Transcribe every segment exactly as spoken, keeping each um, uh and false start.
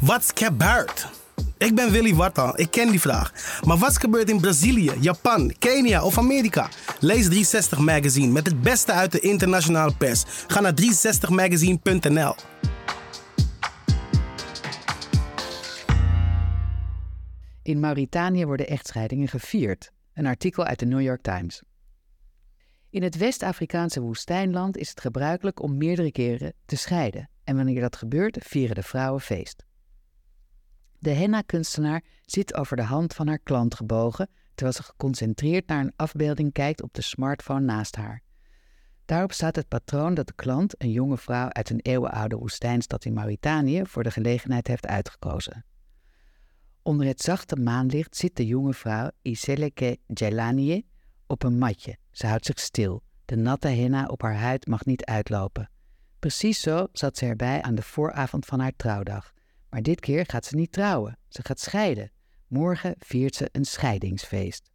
Wat's gebeurd? Ik ben Willy Wartan, ik ken die vraag. Maar wat's gebeurd in Brazilië, Japan, Kenia of Amerika? Lees driehonderdzestig Magazine met het beste uit de internationale pers. Ga naar driehonderdzestig magazine punt n l. In Mauritanië worden echtscheidingen gevierd. Een artikel uit de New York Times. In het West-Afrikaanse woestijnland is het gebruikelijk om meerdere keren te scheiden. En wanneer dat gebeurt, vieren de vrouwen feest. De henna-kunstenaar zit over de hand van haar klant gebogen, terwijl ze geconcentreerd naar een afbeelding kijkt op de smartphone naast haar. Daarop staat het patroon dat de klant, een jonge vrouw uit een eeuwenoude woestijnstad in Mauritanië, voor de gelegenheid heeft uitgekozen. Onder het zachte maanlicht zit de jonge vrouw Iseleke Jailanié op een matje. Ze houdt zich stil. De natte henna op haar huid mag niet uitlopen. Precies zo zat ze erbij aan de vooravond van haar trouwdag. Maar dit keer gaat ze niet trouwen. Ze gaat scheiden. Morgen viert ze een scheidingsfeest.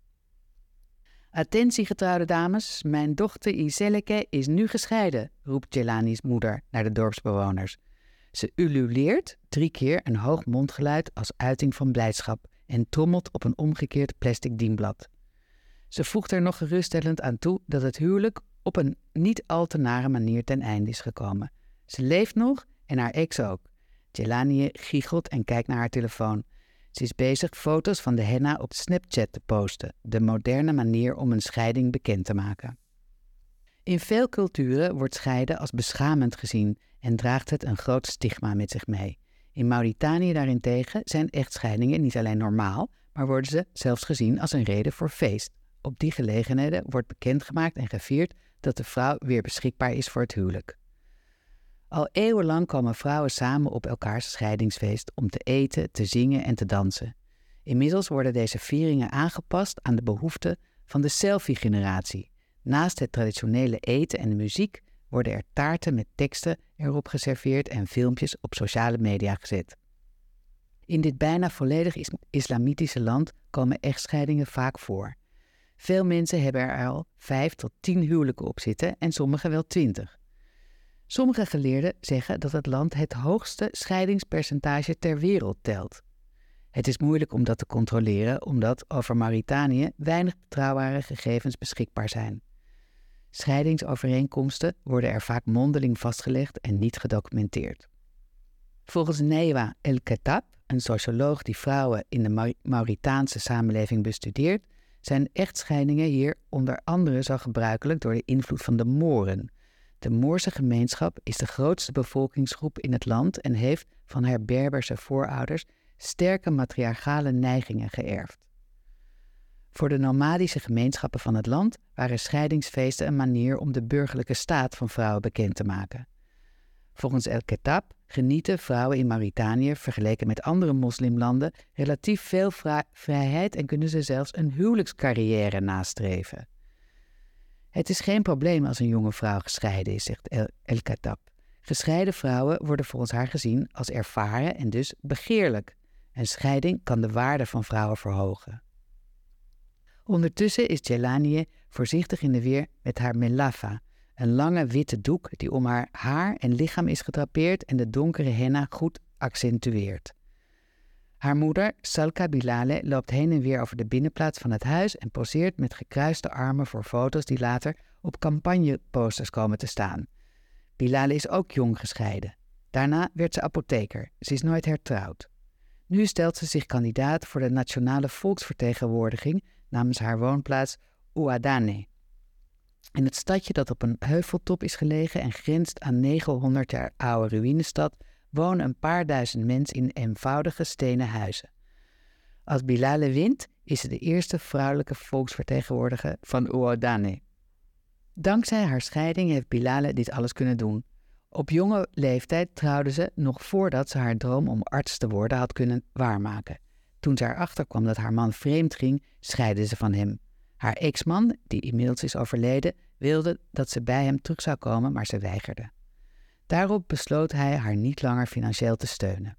Attentie getrouwde dames, mijn dochter Iseleke is nu gescheiden, roept Jailani's moeder naar de dorpsbewoners. Ze ululeert drie keer een hoog mondgeluid als uiting van blijdschap en trommelt op een omgekeerd plastic dienblad. Ze voegt er nog geruststellend aan toe dat het huwelijk op een niet al te nare manier ten einde is gekomen. Ze leeft nog en haar ex ook. Jailani giechelt en kijkt naar haar telefoon. Ze is bezig foto's van de henna op Snapchat te posten, de moderne manier om een scheiding bekend te maken. In veel culturen wordt scheiden als beschamend gezien en draagt het een groot stigma met zich mee. In Mauritanië daarentegen zijn echtscheidingen niet alleen normaal, maar worden ze zelfs gezien als een reden voor feest. Op die gelegenheden wordt bekendgemaakt en gevierd dat de vrouw weer beschikbaar is voor het huwelijk. Al eeuwenlang komen vrouwen samen op elkaars scheidingsfeest om te eten, te zingen en te dansen. Inmiddels worden deze vieringen aangepast aan de behoeften van de selfie-generatie. Naast het traditionele eten en de muziek worden er taarten met teksten erop geserveerd en filmpjes op sociale media gezet. In dit bijna volledig is- islamitische land komen echtscheidingen vaak voor. Veel mensen hebben er al vijf tot tien huwelijken op zitten en sommigen wel twintig. Sommige geleerden zeggen dat het land het hoogste scheidingspercentage ter wereld telt. Het is moeilijk om dat te controleren, omdat over Mauritanië weinig betrouwbare gegevens beschikbaar zijn. Scheidingsovereenkomsten worden er vaak mondeling vastgelegd en niet gedocumenteerd. Volgens Newa El-Khattab, een socioloog die vrouwen in de Maur- Mauritaanse samenleving bestudeert, zijn echtscheidingen hier onder andere zo gebruikelijk door de invloed van de Moren. De Moorse gemeenschap is de grootste bevolkingsgroep in het land en heeft van haar Berberse voorouders sterke matriarchale neigingen geërfd. Voor de nomadische gemeenschappen van het land waren scheidingsfeesten een manier om de burgerlijke staat van vrouwen bekend te maken. Volgens El-Khattab genieten vrouwen in Mauritanië, vergeleken met andere moslimlanden, relatief veel vri- vrijheid en kunnen ze zelfs een huwelijkscarrière nastreven. Het is geen probleem als een jonge vrouw gescheiden is, zegt El- El-Khattab. Gescheiden vrouwen worden volgens haar gezien als ervaren en dus begeerlijk. Een scheiding kan de waarde van vrouwen verhogen. Ondertussen is Jailani voorzichtig in de weer met haar melafa, een lange witte doek die om haar haar en lichaam is gedrapeerd en de donkere henna goed accentueert. Haar moeder, Salka Bilale, loopt heen en weer over de binnenplaats van het huis en poseert met gekruiste armen voor foto's die later op campagneposters komen te staan. Bilale is ook jong gescheiden. Daarna werd ze apotheker. Ze is nooit hertrouwd. Nu stelt ze zich kandidaat voor de nationale volksvertegenwoordiging namens haar woonplaats Ouadane. In het stadje dat op een heuveltop is gelegen en grenst aan negenhonderd jaar oude ruïnestad, wonen een paar duizend mensen in eenvoudige stenen huizen. Als Bilale wint, is ze de eerste vrouwelijke volksvertegenwoordiger van Ouadane. Dankzij haar scheiding heeft Bilale dit alles kunnen doen. Op jonge leeftijd trouwde ze nog voordat ze haar droom om arts te worden had kunnen waarmaken. Toen ze erachter kwam dat haar man vreemd ging, scheidde ze van hem. Haar ex-man, die inmiddels is overleden, wilde dat ze bij hem terug zou komen, maar ze weigerde. Daarop besloot hij haar niet langer financieel te steunen.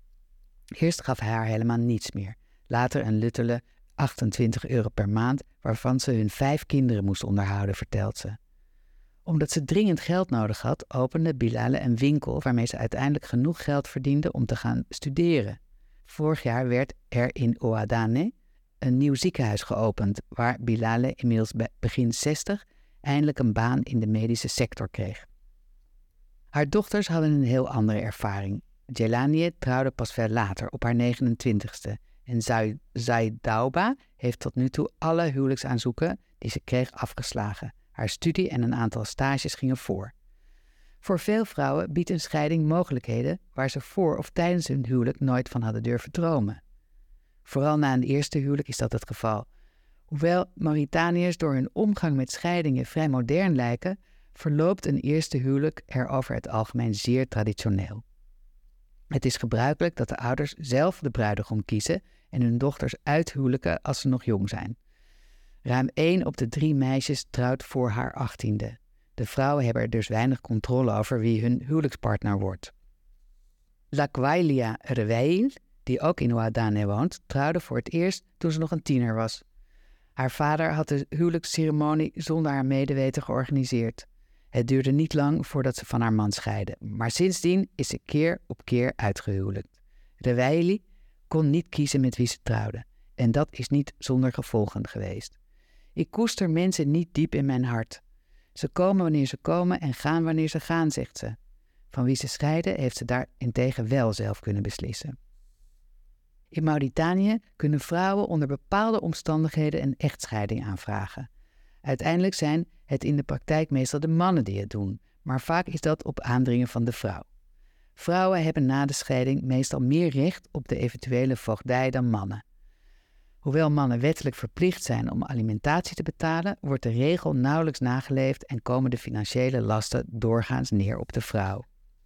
Eerst gaf hij haar helemaal niets meer. Later een luttele achtentwintig euro per maand, waarvan ze hun vijf kinderen moest onderhouden, vertelt ze. Omdat ze dringend geld nodig had, opende Bilale een winkel waarmee ze uiteindelijk genoeg geld verdiende om te gaan studeren. Vorig jaar werd er in Ouadane een nieuw ziekenhuis geopend, waar Bilale inmiddels begin zestig eindelijk een baan in de medische sector kreeg. Haar dochters hadden een heel andere ervaring. Jelanië trouwde pas veel later, op haar negenentwintigste. En Zaidauba heeft tot nu toe alle huwelijksaanzoeken die ze kreeg afgeslagen. Haar studie en een aantal stages gingen voor. Voor veel vrouwen biedt een scheiding mogelijkheden waar ze voor of tijdens hun huwelijk nooit van hadden durven dromen. Vooral na een eerste huwelijk is dat het geval. Hoewel Mauritaniërs door hun omgang met scheidingen vrij modern lijken, verloopt een eerste huwelijk er over het algemeen zeer traditioneel. Het is gebruikelijk dat de ouders zelf de bruidegom kiezen en hun dochters uithuwelijken als ze nog jong zijn. Ruim één op de drie meisjes trouwt voor haar achttiende. De vrouwen hebben er dus weinig controle over wie hun huwelijkspartner wordt. Lakwailia Reweil, die ook in Ouadane woont, trouwde voor het eerst toen ze nog een tiener was. Haar vader had de huwelijksceremonie zonder haar medeweten georganiseerd. Het duurde niet lang voordat ze van haar man scheidde, maar sindsdien is ze keer op keer uitgehuwelijkt. Reweili kon niet kiezen met wie ze trouwde, en dat is niet zonder gevolgen geweest. Ik koester mensen niet diep in mijn hart. Ze komen wanneer ze komen en gaan wanneer ze gaan, zegt ze. Van wie ze scheiden heeft ze daarentegen wel zelf kunnen beslissen. In Mauritanië kunnen vrouwen onder bepaalde omstandigheden een echtscheiding aanvragen. Uiteindelijk zijn het in de praktijk meestal de mannen die het doen, maar vaak is dat op aandringen van de vrouw. Vrouwen hebben na de scheiding meestal meer recht op de eventuele voogdij dan mannen. Hoewel mannen wettelijk verplicht zijn om alimentatie te betalen, wordt de regel nauwelijks nageleefd en komen de financiële lasten doorgaans neer op de vrouw.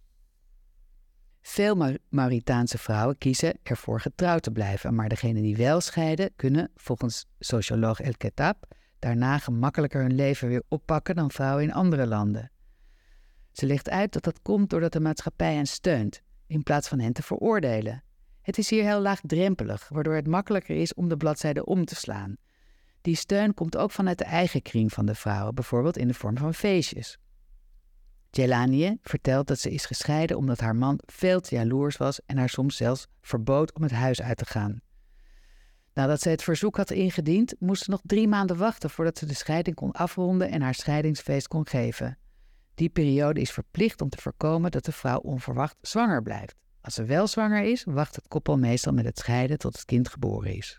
Veel Mauritaanse vrouwen kiezen ervoor getrouwd te blijven, maar degenen die wel scheiden kunnen, volgens socioloog El Ketab, daarna gemakkelijker hun leven weer oppakken dan vrouwen in andere landen. Ze legt uit dat dat komt doordat de maatschappij hen steunt, in plaats van hen te veroordelen. Het is hier heel laagdrempelig, waardoor het makkelijker is om de bladzijde om te slaan. Die steun komt ook vanuit de eigen kring van de vrouwen, bijvoorbeeld in de vorm van feestjes. Jelanië vertelt dat ze is gescheiden omdat haar man veel te jaloers was en haar soms zelfs verbood om het huis uit te gaan. Nadat ze het verzoek had ingediend, moest ze nog drie maanden wachten voordat ze de scheiding kon afronden en haar scheidingsfeest kon geven. Die periode is verplicht om te voorkomen dat de vrouw onverwacht zwanger blijft. Als ze wel zwanger is, wacht het koppel meestal met het scheiden tot het kind geboren is.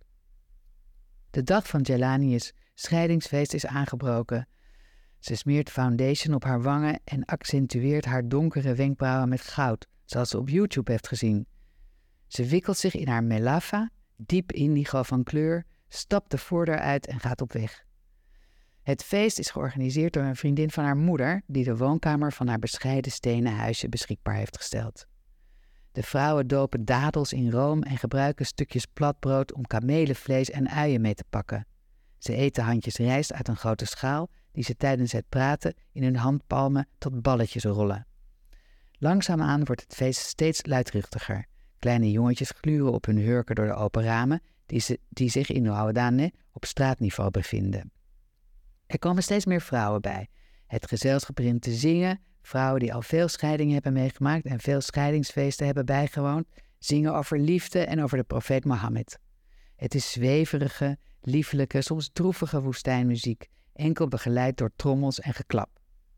De dag van Jelanië's scheidingsfeest is aangebroken. Ze smeert foundation op haar wangen en accentueert haar donkere wenkbrauwen met goud, zoals ze op YouTube heeft gezien. Ze wikkelt zich in haar melafa, diep indigo van kleur, stapt de voordeur uit en gaat op weg. Het feest is georganiseerd door een vriendin van haar moeder, die de woonkamer van haar bescheiden stenen huisje beschikbaar heeft gesteld. De vrouwen dopen dadels in room en gebruiken stukjes platbrood om kamelenvlees en uien mee te pakken. Ze eten handjes rijst uit een grote schaal die ze tijdens het praten in hun handpalmen tot balletjes rollen. Langzaamaan wordt het feest steeds luidruchtiger. Kleine jongetjes gluren op hun hurken door de open ramen die, ze, die zich in Ouadane op straatniveau bevinden. Er komen steeds meer vrouwen bij. Het gezelschap begint te zingen. Vrouwen die al veel scheidingen hebben meegemaakt en veel scheidingsfeesten hebben bijgewoond, zingen over liefde en over de profeet Mohammed. Het is zweverige, liefelijke, soms droevige woestijnmuziek, enkel begeleid door trommels en geklap.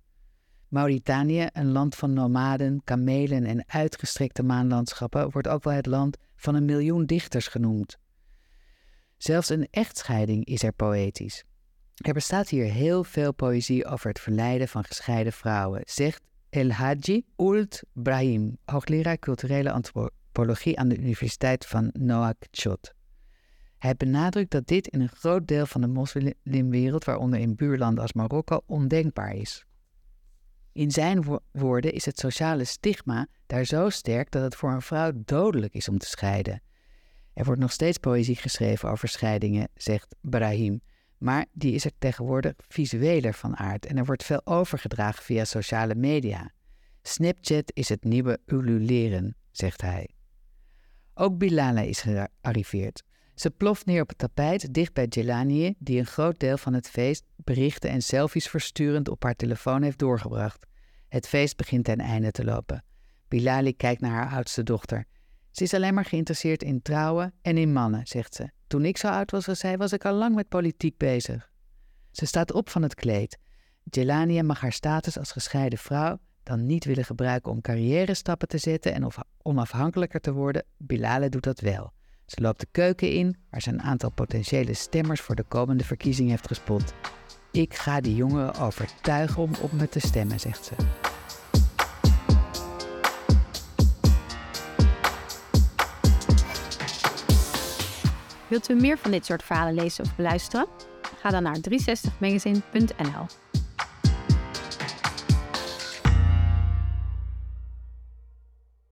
Mauritanië, een land van nomaden, kamelen en uitgestrekte maanlandschappen, wordt ook wel het land van een miljoen dichters genoemd. Zelfs een echtscheiding is er poëtisch. Er bestaat hier heel veel poëzie over het verleiden van gescheiden vrouwen, zegt El Hadji Ould Brahim, hoogleraar culturele antropologie aan de Universiteit van Nouakchott. Hij benadrukt dat dit in een groot deel van de moslimwereld, waaronder in buurlanden als Marokko, ondenkbaar is. In zijn wo- woorden is het sociale stigma daar zo sterk dat het voor een vrouw dodelijk is om te scheiden. Er wordt nog steeds poëzie geschreven over scheidingen, zegt Brahim, maar die is er tegenwoordig visueler van aard en er wordt veel overgedragen via sociale media. Snapchat is het nieuwe ululeren, zegt hij. Ook Bilale is gearriveerd. Ze ploft neer op het tapijt dicht bij Jelanië, die een groot deel van het feest berichten en selfies versturend op haar telefoon heeft doorgebracht. Het feest begint ten einde te lopen. Bilali kijkt naar haar oudste dochter. Ze is alleen maar geïnteresseerd in trouwen en in mannen, zegt ze. Toen ik zo oud was als zij, was ik al lang met politiek bezig. Ze staat op van het kleed. Jelanië mag haar status als gescheiden vrouw dan niet willen gebruiken om carrière-stappen te zetten en of onafhankelijker te worden. Bilali doet dat wel. Ze loopt de keuken in, waar ze een aantal potentiële stemmers voor de komende verkiezing heeft gespot. Ik ga die jongen overtuigen om op me te stemmen, zegt ze. Wilt u meer van dit soort verhalen lezen of beluisteren? Ga dan naar driehonderdzestig magazine punt n l.